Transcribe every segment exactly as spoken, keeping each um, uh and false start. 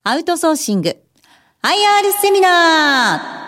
アウトソーシング アイアール セミナ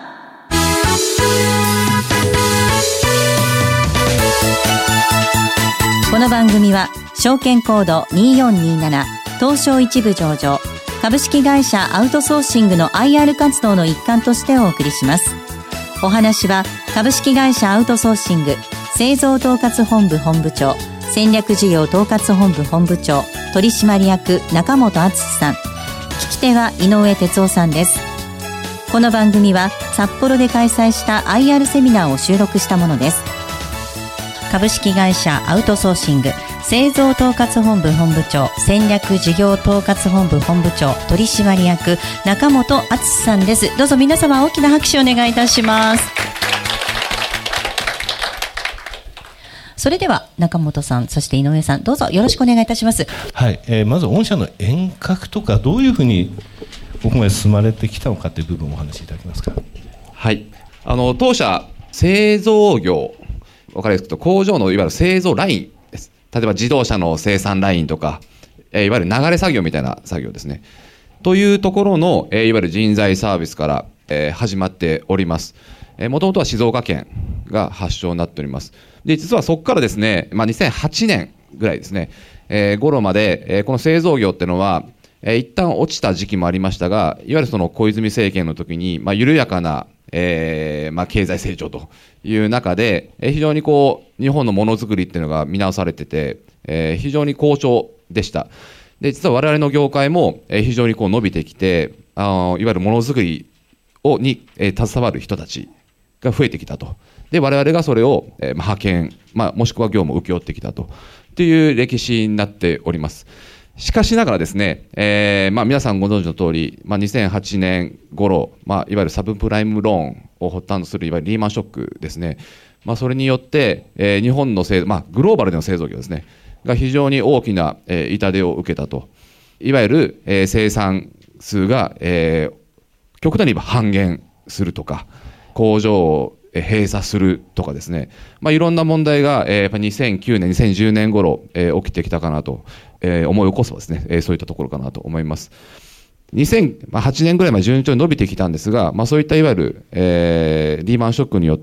ー。この番組は証券コードにーよんにーなな東証一部上場株式会社アウトソーシングの アイアール 活動の一環としてお送りします。お話は株式会社アウトソーシング製造統括本部本部長戦略事業統括本部本部長取締役中本敦さん、聞き手は井上哲夫さんです。この番組は札幌で開催した アイアール セミナーを収録したものです。株式会社アウトソーシング製造統括本部本部長戦略事業統括本部本部長取締役中本敦さんです。どうぞ皆様大きな拍手をお願いいたします。それでは中本さん、そして井上さん、どうぞよろしくお願いいたします。 はい、えー、まず御社の遠隔とかどういうふうにここまで進まれてきたのかという部分をお話しいただけますか。 はい、あの当社製造業、分かりやすくと工場のいわゆる製造ラインです。例えば自動車の生産ラインとか、えー、いわゆる流れ作業みたいな作業ですね。というところの、えー、いわゆる人材サービスから、えー、始まっております。もともとは静岡県が発祥になっております。で、実はそこからですね、まあ、にせんはちねんぐらいですね、えー、頃まで、えー、この製造業っていうのは、えー、一旦落ちた時期もありましたが、いわゆるその小泉政権の時に、まあ、緩やかな、えーまあ、経済成長という中で、えー、非常にこう日本のものづくりっていうのが見直されてて、えー、非常に好調でした。で、実は我々の業界も、えー、非常にこう伸びてきて、あのいわゆるものづくりをに、えー、携わる人たちが増えてきたと。で、我々がそれを、えー、派遣、まあ、もしくは業務を請け負ってきたとっていう歴史になっております。しかしながらですね、えーまあ、皆さんご存知の通り、まあ、にせんはちねん頃、まあ、いわゆるサブプライムローンを発端とするいわゆるリーマンショックですね、まあ、それによって、えー、日本の製、まあ、グローバルでの製造業ですねが非常に大きな、えー、痛手を受けたと。いわゆる、えー、生産数が、えー、極端に言えば半減するとか、工場を閉鎖するとかですね、まあ、いろんな問題が、えー、やっぱにせんきゅうねん、にせんじゅうねん頃、えー、起きてきたかなと、えー、思い起こすですね、えー、そういったところかなと思います。にせんはちねんぐらいまで順調に伸びてきたんですが、まあ、そういったいわゆる、えー、リーマンショックによって、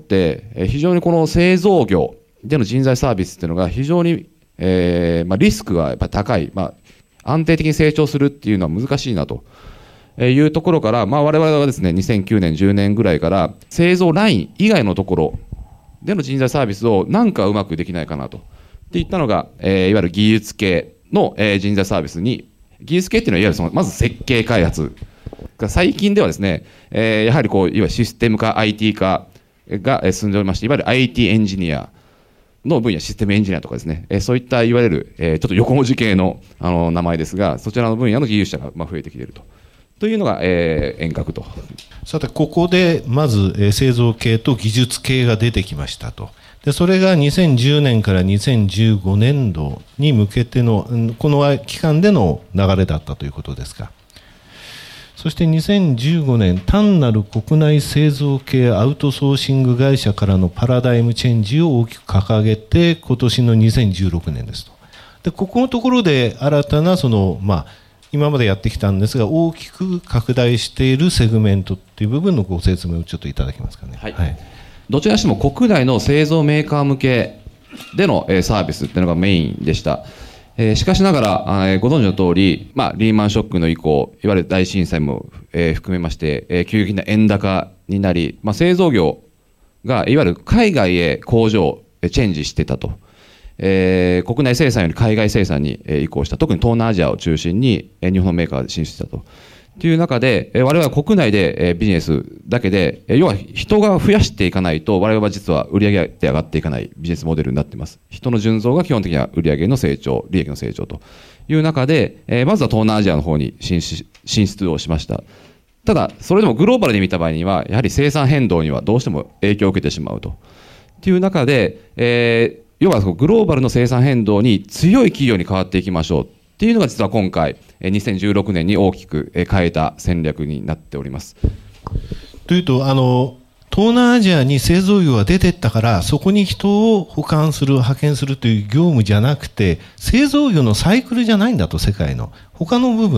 えー、非常にこの製造業での人材サービスっていうのが非常に、えーまあ、リスクがやっぱり高い、まあ、安定的に成長するっていうのは難しいなというところから、まあ、我々はですね、にせんきゅうねん、じゅうねんぐらいから製造ライン以外のところでの人材サービスをなんかうまくできないかなとっていったのが、えー、いわゆる技術系の、えー、人材サービスに、技術系っていうのはいわゆるそのまず設計開発が最近ではですね、えー、やはりこういわゆるシステム化 アイティー 化が進んでおりまして、いわゆる アイティー エンジニアの分野、システムエンジニアとかですね、えー、そういったいわゆる、えー、ちょっと横文字系の、あの名前ですが、そちらの分野の技術者がまあ増えてきていると。というのが、えー、遠隔と。 さて、ここでまず、えー、製造系と技術系が出てきましたと。で、それがにせんじゅうねんからにせんじゅうごねんどに向けての、この期間での流れだったということですか。そしてにせんじゅうごねん、単なる国内製造系アウトソーシング会社からのパラダイムチェンジを大きく掲げて、今年のにせんじゅうろくねんですと。で、ここのところで新たなその、まあ、今までやってきたんですが、大きく拡大しているセグメントっていう部分のご説明をちょっといただけますかね。 はい、はい、どちらにしても国内の製造メーカー向けでの、えー、サービスっていうのがメインでした。えー、しかしながら、えー、ご存知の通り、まあ、リーマンショックの以降、いわゆる大震災も、えー、含めまして、えー、急激な円高になり、まあ、製造業がいわゆる海外へ工場をチェンジしてたと。えー、国内生産より海外生産に、えー、移行した。特に東南アジアを中心に、えー、日本のメーカーで進出したと。という中で、えー、我々は国内で、えー、ビジネスだけで、えー、要は人が増やしていかないと、我々は実は売り上げで上がっていかないビジネスモデルになっています。人の純増が基本的には売り上げの成長、利益の成長という中で、えー、まずは東南アジアの方に進出、進出をしました。ただ、それでもグローバルで見た場合には、やはり生産変動にはどうしても影響を受けてしまうと。という中で、えー要はグローバルの生産変動に強い企業に変わっていきましょうっていうのが実は今回にせんじゅうろくねんに大きく変えた戦略になっております。 というと、あの東南アジアに製造業が出ていったからそこに人を保管する派遣するという業務じゃなくて製造業のサイクルじゃないんだと世界の他の部分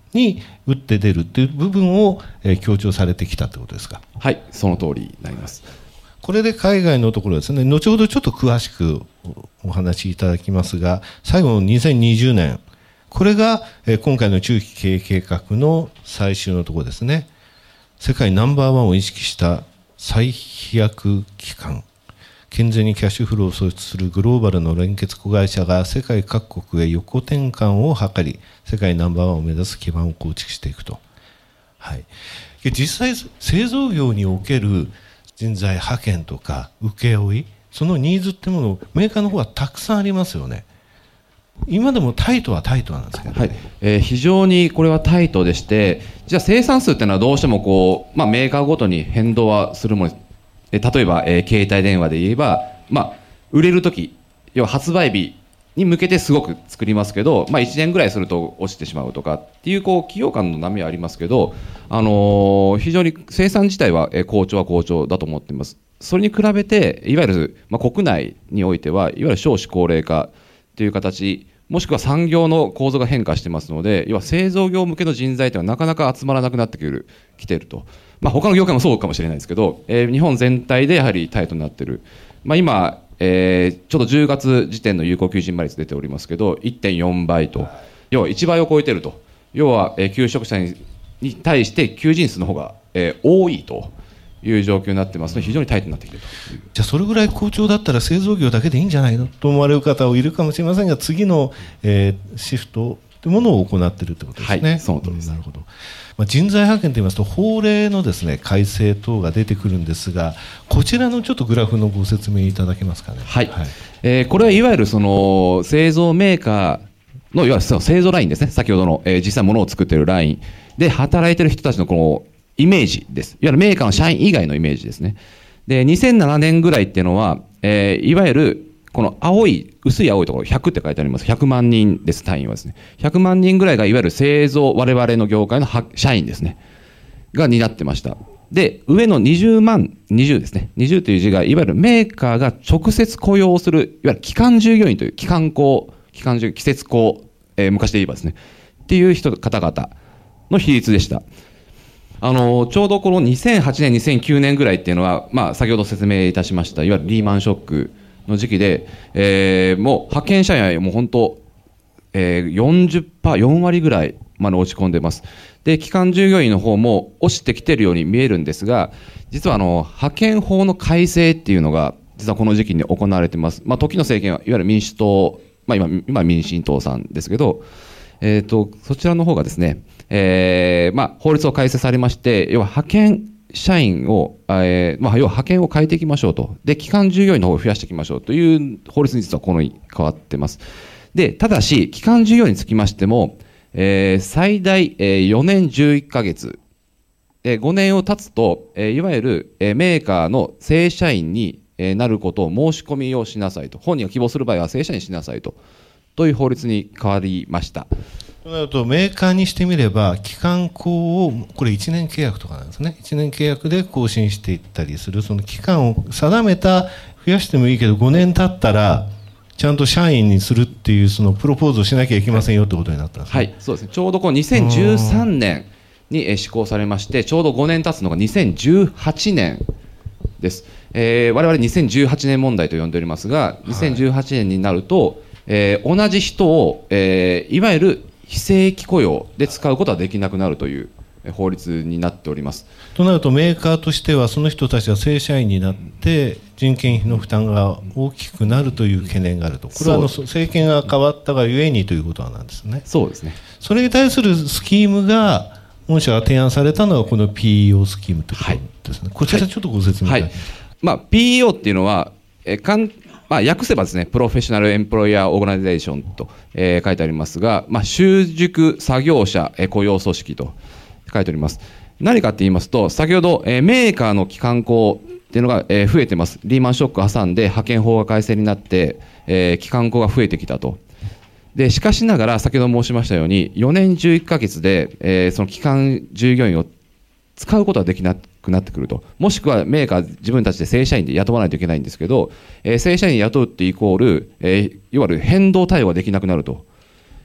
に打って出るっていう部分を、えー、強調されてきたということですか。 はい、その通りになります。 これで海外のところですね、後ほどちょっと詳しくお話しいただきますが、最後のにせんにじゅうねん、これが、えー、今回の中期経営計画の最終のところですね。世界ナンバーワンを意識した再飛躍機関、健全にキャッシュフローを創出するグローバルの連結子会社が世界各国へ横転換を図り、世界ナンバーワンを目指す基盤を構築していくと。はい、実際製造業における人材派遣とか請負、そのニーズってものメーカーの方はたくさんありますよね。今でもタイトはタイトなんですけど、ね、 はい、えー、非常にこれはタイトでして、じゃあ生産数っていうのはどうしてもこう、まあ、メーカーごとに変動はするものです。えー、例えば、えー、携帯電話で言えば、まあ、売れるとき、要は発売日に向けてすごく作りますけど、まあ、いちねんぐらいすると落ちてしまうとかっていう、こう企業間の波はありますけど、あのー、非常に生産自体は、えー、好調は好調だと思っています。それに比べていわゆる、まあ、国内においてはいわゆる少子高齢化という形、もしくは産業の構造が変化してますので、要は製造業向けの人材というのはなかなか集まらなくなってくるきていると、まあ、他の業界もそうかもしれないですけど、えー、日本全体でやはりタイトになっている、まあ、今、えー、ちょうどじゅうがつ時点の有効求人倍率出ておりますけど いってんよん 倍と、要はいちばいを超えていると、要は、えー、求職者にに対して求人数の方が、えー、多いという状況になってますので、非常にタイトになってきているという。 じゃあそれぐらい好調だったら製造業だけでいいんじゃないのと思われる方もいるかもしれませんが、次の、えー、シフトというものを行っているということですね。 はい、その通りです。 なるほど。まあ、人材派遣といいますと法令のですね改正等が出てくるんですが、こちらのちょっとグラフのご説明いただけますかね。 はい、はい、えー、これはいわゆるその製造メーカーのいわゆる製造ラインですね。先ほどの、えー、実際物を作っているラインで働いている人たちのこのイメージです。いわゆるメーカーの社員以外のイメージですね。で、にせんななねんぐらいっていうのは、えー、いわゆるこの青い、薄い青いところ、ひゃくって書いてあります。ひゃくまんにんです、単位はですね。ひゃくまんにんぐらいがいわゆる製造、我々の業界の社員ですね。が担ってました。で、上のにじゅうまん、にじゅうですね。にじゅうという字が、いわゆるメーカーが直接雇用する、いわゆる基幹従業員という、基幹工、基幹従業員、季節工、えー、昔で言えばですね。っていう人、方々の比率でした。あのちょうどこのにせんはちねん、にせんきゅうねんぐらいっていうのは、まあ、先ほど説明いたしましたいわゆるリーマンショックの時期で、えー、もう派遣社員はもう本当、えー、よんじゅっパーセント、よんわりぐらいまで落ち込んでます。で、基幹従業員の方も落ちてきているように見えるんですが、実はあの派遣法の改正っていうのが実はこの時期に行われています。まあ、時の政権はいわゆる民主党、まあ、今今民進党さんですけど、えー、とそちらの方がですね、えーまあ、法律を改正されまして、要は派遣社員を、えーまあ、要は派遣を変えていきましょうと、で基幹従業員の方を増やしていきましょうという法律に実はこの変わっています。でただし基幹従業員につきましても、えー、最大、えー、よねんじゅういっかげつ、えー、ごねんを経つと、えー、いわゆる、えー、メーカーの正社員に、えー、なることを申し込みをしなさいと、本人が希望する場合は正社員しなさいとという法律に変わりました。 となるとメーカーにしてみれば期間工をこれいちねん契約とかなんですね。いちねん契約で更新していったりする、その期間を定めた、増やしてもいいけどごねん経ったらちゃんと社員にするっていうそのプロポーズをしなきゃいけませんよってことになったんですね。 はい、そうですね。ちょうどこうにせんじゅうさんねんに施行されまして、ちょうどごねん経つのがにせんじゅうはちねんです。えー、我々にせんじゅうはちねん問題と呼んでおりますが、にせんじゅうはちねんになると、はい、えー、同じ人を、えー、いわゆる非正規雇用で使うことはできなくなるという法律になっております。 となるとメーカーとしてはその人たちが正社員になって人件費の負担が大きくなるという懸念があると。これはあの政権が変わったがゆえにということなんですね。 そうですね。 それに対するスキームが御社が提案されたのはこの ピーイーオー スキームということですね。はい、こちらちょっとご説明いただきます。 はいはい、まあ、ピーイーオー っていうのはえかんまあ、訳せばですね、プロフェッショナルエンプロイヤーオーガナイゼーションと、えー、書いてありますが、まあ、習熟作業者、えー、雇用組織と書いております。何かって言いますと、先ほど、えー、メーカーの基幹工っていうのが、えー、増えてます。リーマンショック挟んで派遣法が改正になって、えー、基幹工が増えてきたと。で、しかしながら、先ほど申しましたように、よねんじゅういっかげつで、えー、その基幹従業員を使うことはできなくなってくると。もしくはメーカー自分たちで正社員で雇わないといけないんですけど、えー、正社員雇うってイコール、えー、いわゆる変動対応ができなくなると。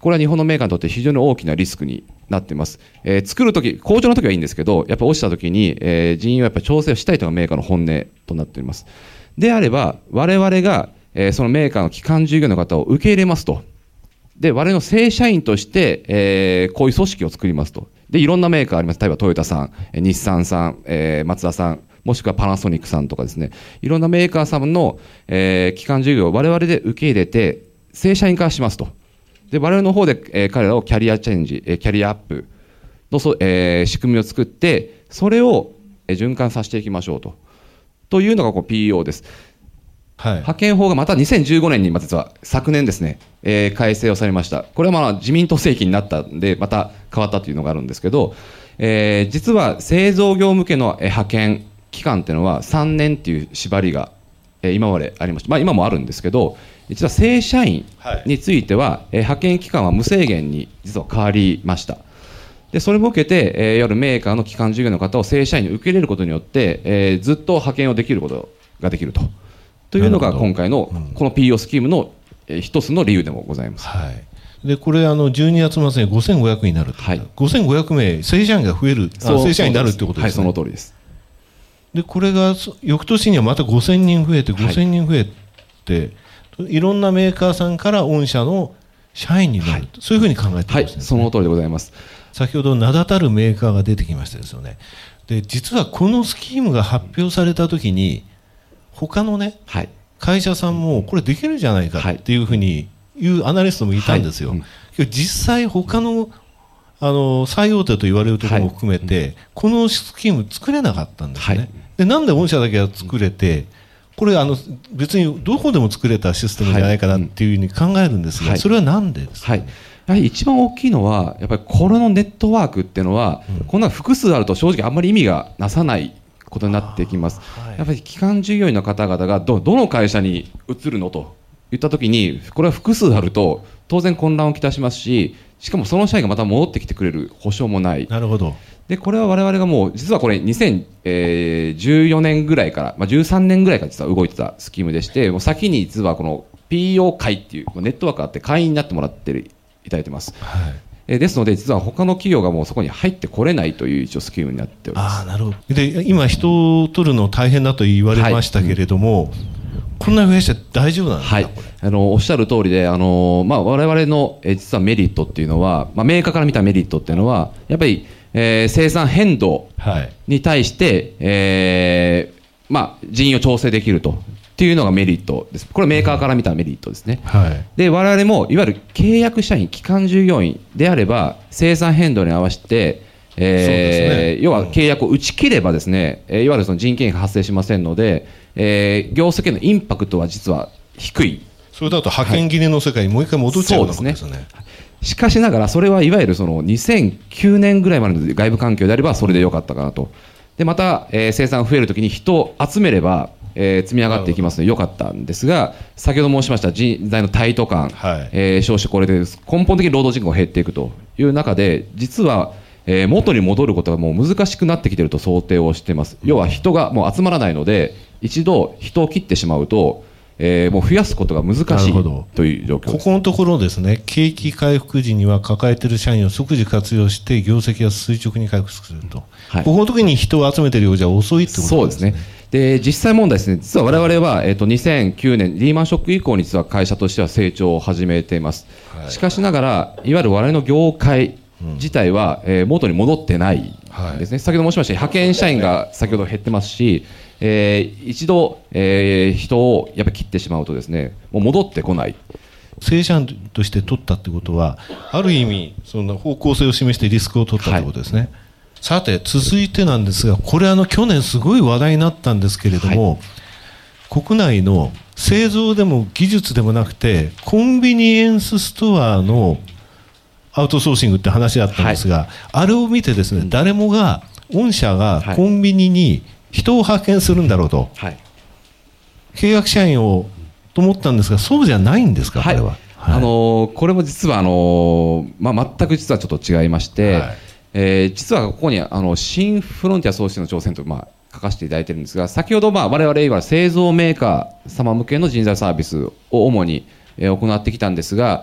これは日本のメーカーにとって非常に大きなリスクになっています。えー、作るとき、工場のときはいいんですけど、やっぱ落ちたときに、えー、人員をやっぱ調整をしたいというのがメーカーの本音となっております。であれば、我々が、えー、そのメーカーの基幹従業員の方を受け入れますと。で、我々の正社員として、えー、こういう組織を作りますと。で、いろんなメーカーあります。例えばトヨタさん、日産さん、えー、マツダさん、もしくはパナソニックさんとかですね、いろんなメーカーさんの、えー、基幹従業員を我々で受け入れて、正社員化しますと。で、我々の方で、えー、彼らをキャリアチェンジ、えー、キャリアアップの、えー、仕組みを作って、それを、えー、循環させていきましょうと。というのがこう ピーオー です。はい、派遣法がまたにせんじゅうごねんに実は昨年ですね、えー、改正をされました。これはまあ自民党政権になったんでまた変わったというのがあるんですけど、えー、実は製造業向けの派遣期間っていうのはさんねんっていう縛りが、えー、今までありました。まあ今もあるんですけど、実は正社員については、はい、えー、派遣期間は無制限に実は変わりました。でそれも受けて、えー、いわゆるメーカーの基幹従業員の方を正社員に受け入れることによって、えー、ずっと派遣をできることができると。というのが今回のこの ピーオー スキームの一つの理由でもございます。 はい、でこれあのじゅうにがつ末にごせんごひゃくになる、はい、ごせんごひゃくめい正社員が増える、正社員になるということですね。 はい、その通りです。 でこれが翌年にはまたごせんにん増えてごせんにん増えて、はい、いろんなメーカーさんから御社の社員になる、はい、そういうふうに考えているんですね。はい、 その通りでございます。 先ほど名だたるメーカーが出てきましたですよね。で実はこのスキームが発表されたときに他のね、はい、会社さんもこれできるじゃないかっていうふうに言うアナリストもいたんですよ。はい、うん、実際他のあの最大手と言われるところも含めて、はい、このスキーム作れなかったんですね。はい、でなんで御社だけは作れて、これあの別にどこでも作れたシステムじゃないかなっていうふうに考えるんですが、はい、それはなんでですか、ね。はい、 やはり一番大きいのはやっぱりこれのネットワークっていうのは、うん、こんな複数あると正直あんまり意味がなさないことになってきます。はい、やっぱり基幹従業員の方々が ど, どの会社に移るのといったときに、これは複数あると当然混乱をきたしますし、しかもその社員がまた戻ってきてくれる保証もない。なるほど。でこれは我々がもう実はこれにせんじゅうよねんぐらいから、まあ、じゅうさんねんぐらいから実は動いてたスキームでして、もう先に実はこの ピーオー 会っていうネットワークがあって会員になってもらってるいただいてます。はい、えですので実は他の企業がもうそこに入ってこれないという一応スキームになっております。 あ、なるほど。で今人を取るの大変だと言われましたけれども、はい、うん、こんな増やして大丈夫なんですか。はい、これあのおっしゃる通りで、あの、まあ、我々のえ実はメリットっていうのは、まあ、メーカーから見たメリットっていうのはやっぱり、えー、生産変動に対して、はい、えーまあ、人員を調整できるとっていうのがメリットです。これはメーカーから見たメリットですね。はい、で我々もいわゆる契約社員、基幹従業員であれば生産変動に合わせて、えーね、要は契約を打ち切ればですね、うん、いわゆるその人件費が発生しませんので、えー、業績へのインパクトは実は低い。 それだと派遣切れの世界にもう一回戻っちゃうようなことですね。はい、 しかしながらそれはいわゆるそのにせんきゅうねんぐらいまでの外部環境であればそれでよかったかなと。でまた、えー、生産が増えるときに人を集めれば、えー、積み上がっていきますのでよかったんですが、先ほど申しました人材のタイト感、はい、えー、少子高齢で根本的に労働人口が減っていくという中で、実は、えー、元に戻ることがもう難しくなってきていると想定をしています。要は人がもう集まらないので、一度人を切ってしまうと、えー、もう増やすことが難しいという状況です。 ここのところですね、景気回復時には抱えている社員を即時活用して業績が垂直に回復すると、はい、ここの時に人を集めているようじゃ遅いってことなんですね。そうですね。 で実際問題ですね、実は我々は、えー、とにせんきゅうねんリーマンショック以降に実は会社としては成長を始めています。はい、しかしながらいわゆる我々の業界自体は、うん、えー、元に戻ってないですね。はい、先ほど申しました派遣社員が先ほど減ってますし、えー、一度、えー、人をやっぱり切ってしまうとですね、もう戻ってこない。 正社員として取ったってことはある意味その方向性を示してリスクを取ったってことですね。はい、さて続いてなんですが、これあの去年すごい話題になったんですけれども、はい、国内の製造でも技術でもなくてコンビニエンスストアのアウトソーシングって話だったんですが、はい、あれを見てですね、誰もが御社がコンビニに人を派遣するんだろうと、はい、契約社員をと思ったんですが、そうじゃないんですか、これは。はい、 あのー、これも実はあのーまあ、全く実はちょっと違いまして、はい、えー、実はここにあの新フロンティア創出の挑戦と、まあ、書かせていただいているんですが、先ほどまあ我々いわゆる製造メーカー様向けの人材サービスを主に行ってきたんですが、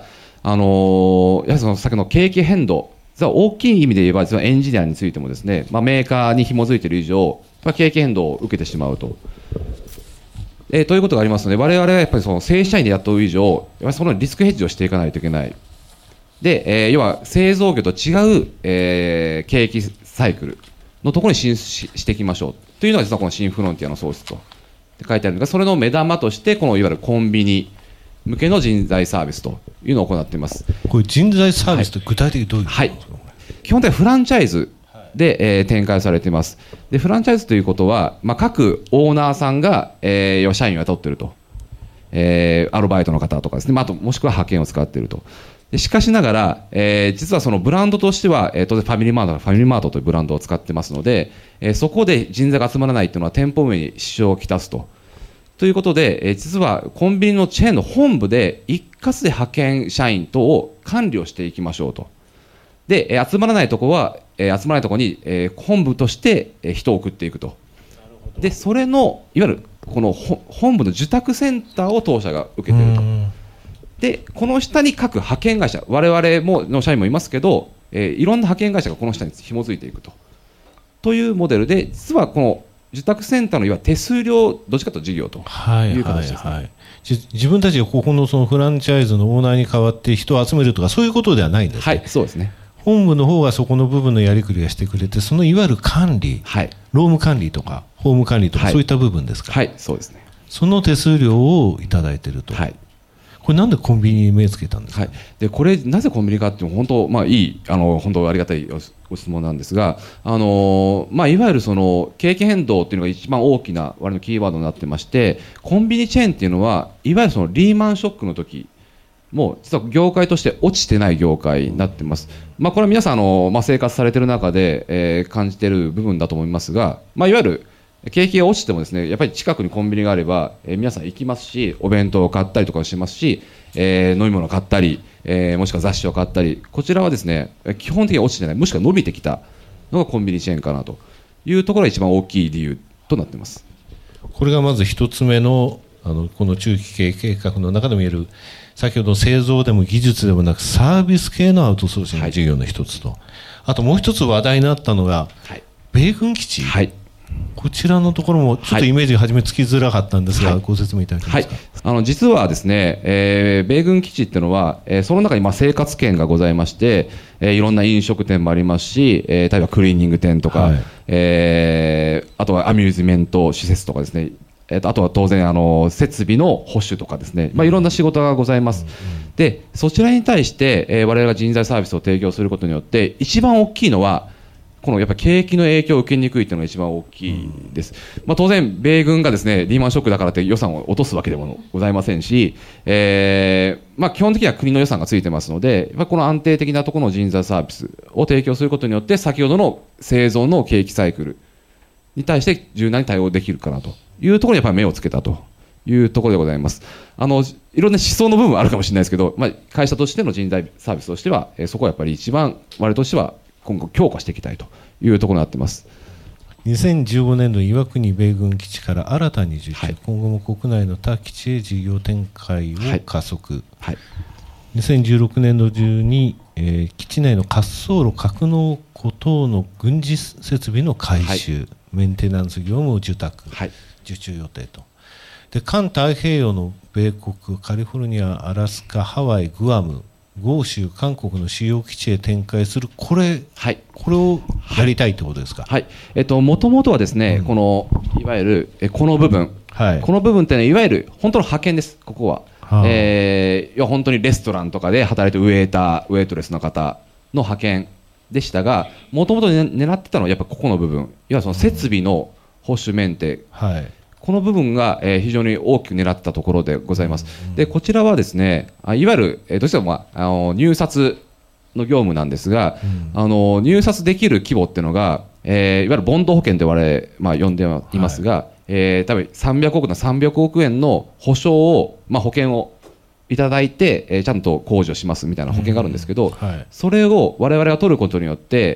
あのー、やはりその先の景気変動、実は大きい意味で言えば、実はエンジニアについてもですね、まあ、メーカーに紐づいている以上、まあ、景気変動を受けてしまうと。えー、ということがありますので、我々はやっぱりその正社員で雇う以上、やっぱりそのリスクヘッジをしていかないといけない。で、えー、要は製造業と違う、えー、景気サイクルのところに進出 し, していきましょうというのが実はこの新フロンティアの創出と書いてあるんですが、それの目玉としてこのいわゆるコンビニ向けの人材サービスというのを行っています。 これ人材サービスって具体的にどういうことですか？はいはい、基本的にはフランチャイズで、えー、展開されています。でフランチャイズということは、まあ、各オーナーさんが、えー、社員を雇っていると、えー、アルバイトの方とかですね、まあ、あともしくは派遣を使っていると。でしかしながら、えー、実はそのブランドとしては、えー、当然ファミリーマートファミリーマートというブランドを使ってますので、えー、そこで人材が集まらないというのは店舗運営に支障をきたすと。ということで、えー、実はコンビニのチェーンの本部で一括で派遣社員等を管理をしていきましょうと。で、えー、集まらないところは、えー、集まらないところに、えー、本部として、えー、人を送っていくと。で、それのいわゆるこの本部の受託センターを当社が受けていると。でこの下に各派遣会社、我々もの社員もいますけど、えー、いろんな派遣会社がこの下に紐づいていくとというモデルで、実はこの受託センターのいわゆる手数料どっちかというと事業という形ですね。はいはいはい、 自分たちがここのそのフランチャイズのオーナーに代わって人を集めるとかそういうことではないんですね。 はい、そうですね。 本部の方がそこの部分のやりくりがしてくれて、そのいわゆる管理、はい、労務管理とか法務管理とか、はい、そういった部分ですか。 はい、そうですね。 その手数料をいただいていると。はい、これなんでコンビニに目つけたんですか。 はい、でこれなぜコンビニかっていうのは本当、まあ、いいあの本当ありがたいご質問なんですが、あの、まあ、いわゆるその景気変動っていうのが一番大きな我々のキーワードになってまして、コンビニチェーンっていうのはいわゆるそのリーマンショックの時もう実は業界として落ちてない業界になってます。まあ、これは皆さんあの、まあ、生活されている中で、えー、感じている部分だと思いますが、まあ、いわゆる景気が落ちてもですね、やっぱり近くにコンビニがあれば、えー、皆さん行きますし、お弁当を買ったりとかしますし、えー、飲み物を買ったり、えー、もしくは雑誌を買ったり、こちらはですね基本的に落ちてない、もしくは伸びてきたのがコンビニチェーンかなというところが一番大きい理由となっています。 これがまず一つ目の、あのこの中期経営計画の中でも言える、先ほど製造でも技術でもなくサービス系のアウトソーシング事業の一つと、はい、あともう一つ話題になったのが、はい、米軍基地、はい、こちらのところもちょっとイメージが初めつきづらかったんですが、はい、ご説明いただけますか。 はい、あの実はですね、えー、米軍基地っていうのは、えー、その中にまあ生活圏がございまして、えー、いろんな飲食店もありますし、えー、例えばクリーニング店とか、はい、えー、あとはアミューズメント施設とかですね、えー、とあとは当然あの設備の保守とかですね、まあ、いろんな仕事がございます。うんうん、でそちらに対して、えー、我々が人材サービスを提供することによって一番大きいのはこのやっぱり景気の影響を受けにくいというのが一番大きいです。まあ、当然米軍がですねリーマンショックだからって予算を落とすわけでもございませんし、えーまあ、基本的には国の予算がついてますので、やっぱこの安定的なところの人材サービスを提供することによって先ほどの製造の景気サイクルに対して柔軟に対応できるかなというところにやっぱり目をつけたというところでございます。あのいろんな思想の部分はあるかもしれないですけど、まあ、会社としての人材サービスとしては、えー、そこはやっぱり一番我々としては今後強化していきたいというところになっています。 にせんじゅうごねんど岩国米軍基地から新たに受注、はい、今後も国内の他基地へ事業展開を加速、はいはい、にせんじゅうろくねんど中に、えー、基地内の滑走路格納庫等の軍事設備の改修、はい、メンテナンス業務を受託、はい、受注予定と。で環太平洋の米国カリフォルニア、アラスカ、ハワイ、グアム、豪州、韓国の主要基地へ展開する、これ、はい、これをやりたいということですか。 はい、えっと、もともとはですね、うん、このいわゆるえこの部分、はい、この部分って、ね、いわゆる本当の派遣です、ここは。はあ、えー、いや本当にレストランとかで働いてるウェーター、ウェイトレスの方の派遣でしたが、もともと狙ってたのはやっぱここの部分、いわゆるその設備の保守メンテ。うん、はい、この部分が、えー、非常に大きく狙ったところでございます。でこちらはですね、あいわゆる、えー、どうしても、まあ、あの入札の業務なんですが、うん、あの入札できる規模っていうのが、えー、いわゆるボンド保険で我々、まあ、呼んでいますが、はい、えー、多分さんびゃくおくのさんびゃくおくえんの保証を、まあ、保険をいただいて、えー、ちゃんと控除しますみたいな保険があるんですけど、うん、はい、それを我々が取ることによって、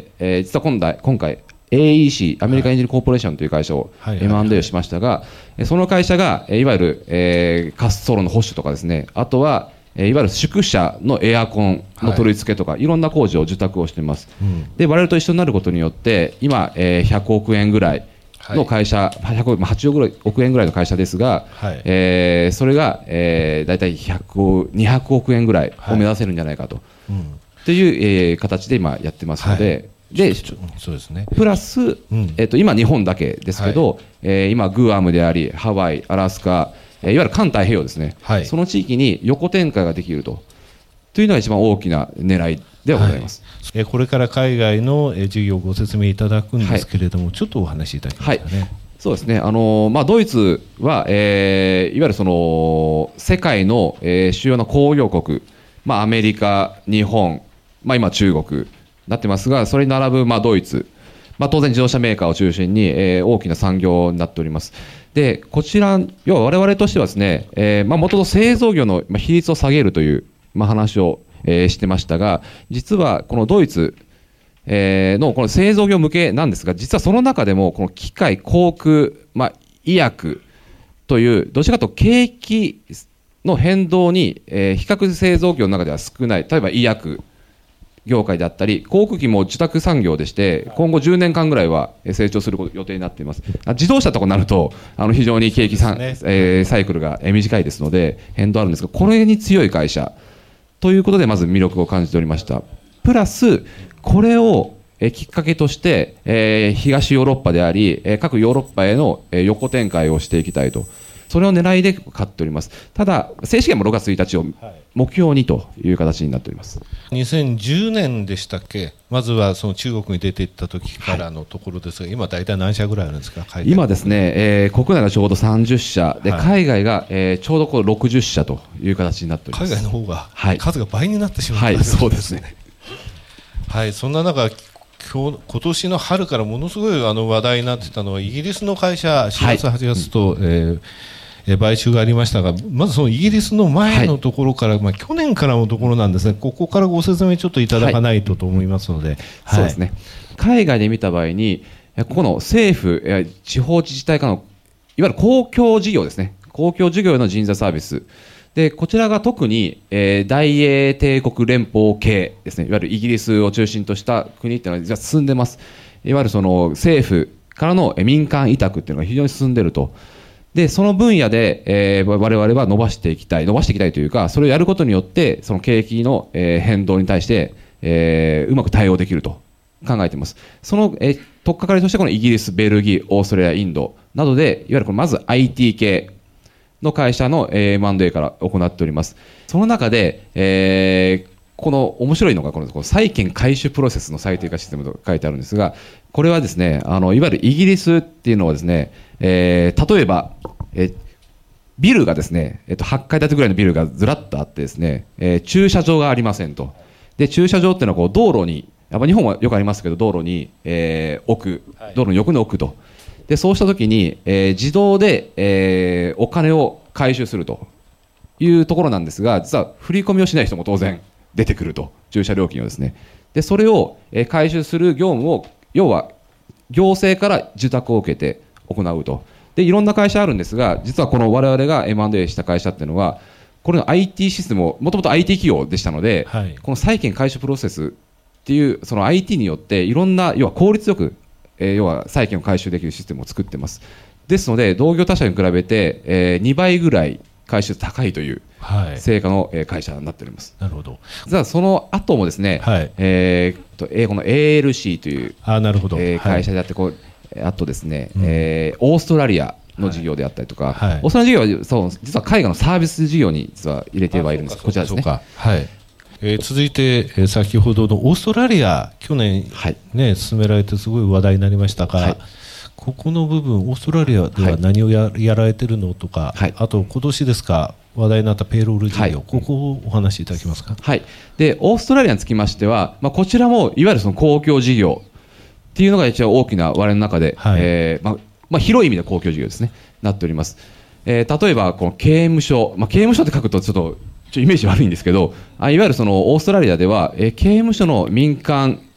えー、実は今回今回エーイーシー アメリカエンジンコーポレーションという会社を エムアンドエー をしましたが、その会社がいわゆる、えー、滑走路の保守とかですね、あとは、 えーいわゆる宿舎のエアコンの取り付けとか、はい、いろんな工事を受託をしています、うん、で我々と一緒になることによって今、えー、ひゃくおくえんぐらいの会社、はい、ひゃくはちじゅうおくえんぐらいの会社ですが、はい、えー、それが、えー、大体ひゃくにひゃくおくえんぐらいを目指せるんじゃないかと、はいうん、という、えー、形で今やってますので、はいでそうですね、 プラス、うんえー、と今、日本だけですけど、はいえー、今、グアムでありハワイ、アラスカ、えー、いわゆる環太平洋ですね、はい、その地域に横展開ができるとというのが一番大きな狙いではございます、 はい、これから海外の事業をご説明いただくんですけれども、はい、ちょっとお話しいただけますかね。はいそうですね、あのーまあ、ドイツは、えー、いわゆるその世界の、えー、主要な工業国、まあ、アメリカ、日本、まあ、今、中国なってますが、それに並ぶ、まあ、ドイツ、まあ、当然自動車メーカーを中心に、えー、大きな産業になっております。でこちら、要は我々としてはですね、えーまあ、元々製造業の比率を下げるという、まあ、話を、えー、してましたが、実はこのドイツ、えー、のこの製造業向けなんですが、実はその中でもこの機械、航空、まあ、医薬というどちらかというと景気の変動に、えー、比較製造業の中では少ない、例えば医薬業界であったり航空機も受託産業でして今後じゅうねんかんぐらいは成長する予定になっています。自動車とかになるとあの非常に景気、ねえー、サイクルが短いですので変動あるんですが、これに強い会社ということでまず魅力を感じておりました。プラスこれをきっかけとして、えー、東ヨーロッパであり各ヨーロッパへの横展開をしていきたいと、それを狙いで買っております。ただ正式にはろくがつついたちを目標にという形になっております。 にせんじゅうねんでしたっけ、まずはその中国に出ていった時からのところですが、はい、今大体何社ぐらいあるんですか。海外今ですね、えー、国内がちょうどさんじゅっしゃで、はい、海外が、えー、ちょうどこうろくじゅっしゃという形になっております。 海外の方が数が倍になってしまった、 はい、はい、そうですねはい、そんな中今日今年の春からものすごいあの話題になってたのはイギリスの会社しがつ、はちがつと、はいえー買収がありましたが、まずそのイギリスの前のところから、はいまあ、去年からのところなんですね。ここからご説明ちょっといただかないとと思いますので、はいそうですね、海外で見た場合にここの政府地方自治体からのいわゆる公共事業ですね、公共事業の人材サービスで、こちらが特に、えー、大英帝国連邦系ですね、いわゆるイギリスを中心とした国っていうのは実は進んでます。いわゆるその政府からの民間委託っていうのが非常に進んでいると。でその分野で、えー、我々は伸ばしていきたい伸ばしていきたいというか、それをやることによってその景気の、えー、変動に対して、えー、うまく対応できると考えています。その、えー、取っかかりとしてこのイギリス、ベルギー、オーストラリア、インドなどでいわゆるこのまず アイティー 系の会社の エムアンドエー から行っております。その中で、えー、この面白いのがこのこの債権回収プロセスの最適化システムと書いてあるんですが、これはですね、あのいわゆるイギリスっていうのはですね、えー、例えばえビルがですね、えっと、はちかい建てぐらいのビルがずらっとあってですね、えー、駐車場がありませんと。で駐車場っていうのはこう道路にやっぱ日本はよくありますけど道路に、えー、置く道路の横に置くと。でそうしたときに、えー、自動で、えー、お金を回収するというところなんですが、実は振り込みをしない人も当然出てくると、駐車料金をですね。でそれを、えー、回収する業務を要は行政から受託を受けて行うと。でいろんな会社あるんですが、実はこの我々が エムアンドエー した会社っていうのはこれの アイティー システムをもともと アイティー 企業でしたので、はい、この債権回収プロセスっていうその アイティー によっていろんな要は効率よく、えー、要は債権を回収できるシステムを作ってます。ですので同業他社に比べて、えー、にばいぐらい回収高いという成果の会社になっております。 なるほど。 実はその後もですね、はいえー、と英語の エーエルシー というあなるほど、 えー、会社であってこう、はいあとですね、うんえー、オーストラリアの事業であったりとか、はいはい、オーストラリア事業はそう実は海外のサービス事業に実は入れてはいるんです。こちらですね。 はいえー、続いて、えー、先ほどのオーストラリア去年、はいね、進められてすごい話題になりましたが、はい、ここの部分オーストラリアでは何を や,、はい、やられてるのとか、はい、あと今年ですか話題になったペイロール事業、はい、ここをお話しいただけますか。 はい、でオーストラリアにつきましては、まあ、こちらもいわゆるその公共事業っていうのが一応大きな我々の中で、はいえーまあまあ、広い意味で公共事業ですねなっております。えー、例えばこの刑務所、まあ、刑務所って書くとちょっとちょイメージ悪いんですけど、あいわゆるそのオーストラリアでは、えー、刑務所の民間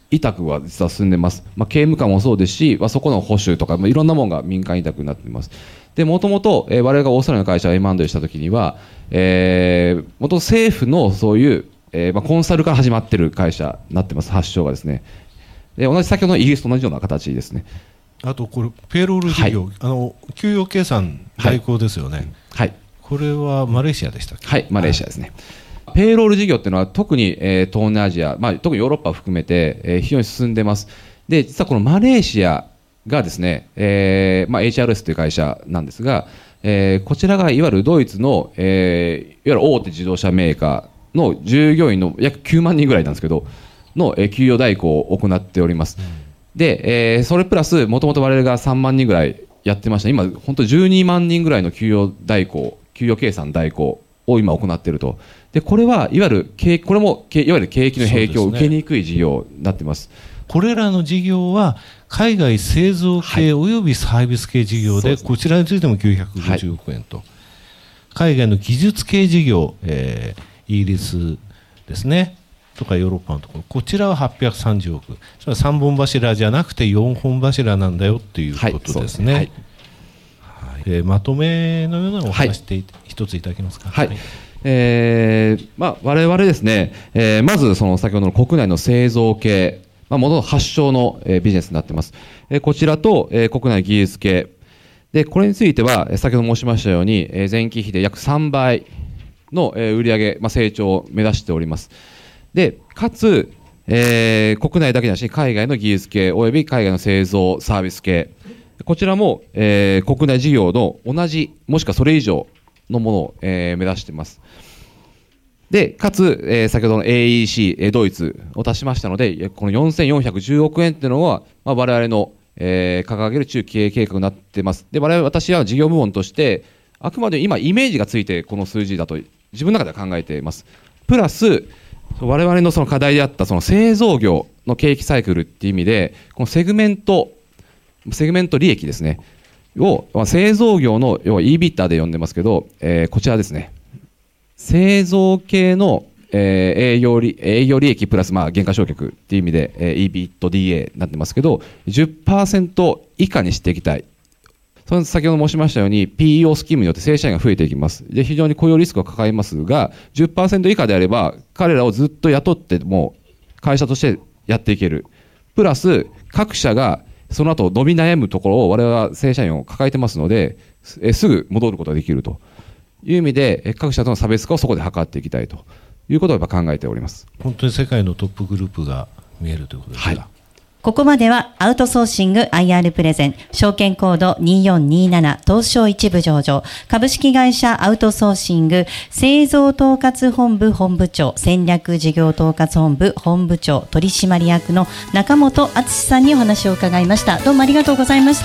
委託は実は進んでます。まあ、刑務官もそうですし、まあ、そこの保守とか、まあ、いろんなものが民間委託になっています。で、もともと、えー、我々がオーストラリアの会社を エムアンドエー したときには、えー、元政府のそういう、えーまあ、コンサルから始まっている会社になってます、発祥がですね。で、同じ先ほどのイギリスと同じような形ですね。 あと、これ、ペイロール事業、はい、あの給与計算代行ですよね。 はい。 これはマレーシアでしたっけ？ はい、マレーシアですね。はい、ペイロール事業っていうのは特に、えー、東南アジア、まあ、特にヨーロッパを含めて、えー、非常に進んでます。で、実はこのマレーシアがですね、えーまあ、エイチアールエス という会社なんですが、えー、こちらがいわゆるドイツの、えー、いわゆる大手自動車メーカーの従業員の約きゅうまんにんぐらいなんですけどの、えー、給与代行を行っております。うん、で、えー、それプラスもともと我々がさんまんにんぐらいやってました。今本当じゅうにまんにんぐらいの給与代行、給与計算代行を今行っていると。で、これはいわゆる景これもいわゆる景気の影響を受けにくい事業になっています。 これらの事業は海外製造系およびサービス系事業で、はい、こちらについてもきゅうひゃくごじゅうおくえんと、はい、海外の技術系事業、えー、イギリスですねとかヨーロッパのところ、こちらははっぴゃくさんじゅうおく、それはさんぼん柱じゃなくてよんほん柱なんだよっていうことですね。はい、はい、えー、まとめのようなお話で一ついただけますか。 はい、はい、えーまあ、我々ですね、えー、まずその先ほどの国内の製造系、まあ、元の発祥の、えー、ビジネスになっています。えー、こちらと、えー、国内技術系で、これについては先ほど申しましたように、えー、前期比で約さんばいの、えー、売上、まあ、成長を目指しております。で、かつ、えー、国内だけでなしに海外の技術系および海外の製造サービス系、こちらも、えー、国内事業の同じもしくはそれ以上のものを、えー、目指しています。で、かつ、えー、先ほどの エーイーシー、ドイツを足しましたので、このよんせんよんひゃくじゅうおくえんというのは、まあ、我々の、えー、掲げる中期経営計画になっています。で、我々、私は事業部門として、あくまで今イメージがついてこの数字だと自分の中では考えています。プラス、我々のその課題であったその製造業の景気サイクルっていう意味で、このセグメント、セグメント利益ですね、を、まあ、製造業の、要は イービーティー で呼んでますけど、えー、こちらですね。製造系の、えー、営業利、営業利益プラス、まあ、減価償却っていう意味で、えー、イービーティー になってますけど、じゅっパーセント 以下にしていきたい。その先ほど申しましたように ピーイーオー スキームによって正社員が増えていきます。で、非常に雇用リスクを抱えますが、じゅっパーセント 以下であれば、彼らをずっと雇っても会社としてやっていける。プラス、各社がその後伸び悩むところを我々は正社員を抱えてますので、えすぐ戻ることができるという意味で、各社との差別化をそこで図っていきたいということをやっぱ考えております。 本当に世界のトップグループが見えるということですか。はい、 ここまではアウトソーシング アイアール プレゼン証券コードによんにーなな東証一部上場株式会社アウトソーシング製造統括本部本部長戦略事業統括本部本部長取締役の中本敦さんにお話を伺いました。どうもありがとうございました。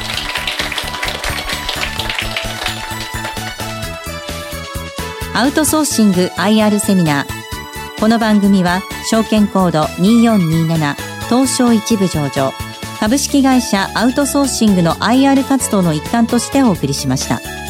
アウトソーシング アイアール セミナー。この番組は証券コードによんにーなな東証一部上場株式会社アウトソーシングの アイアール 活動の一環としてお送りしました。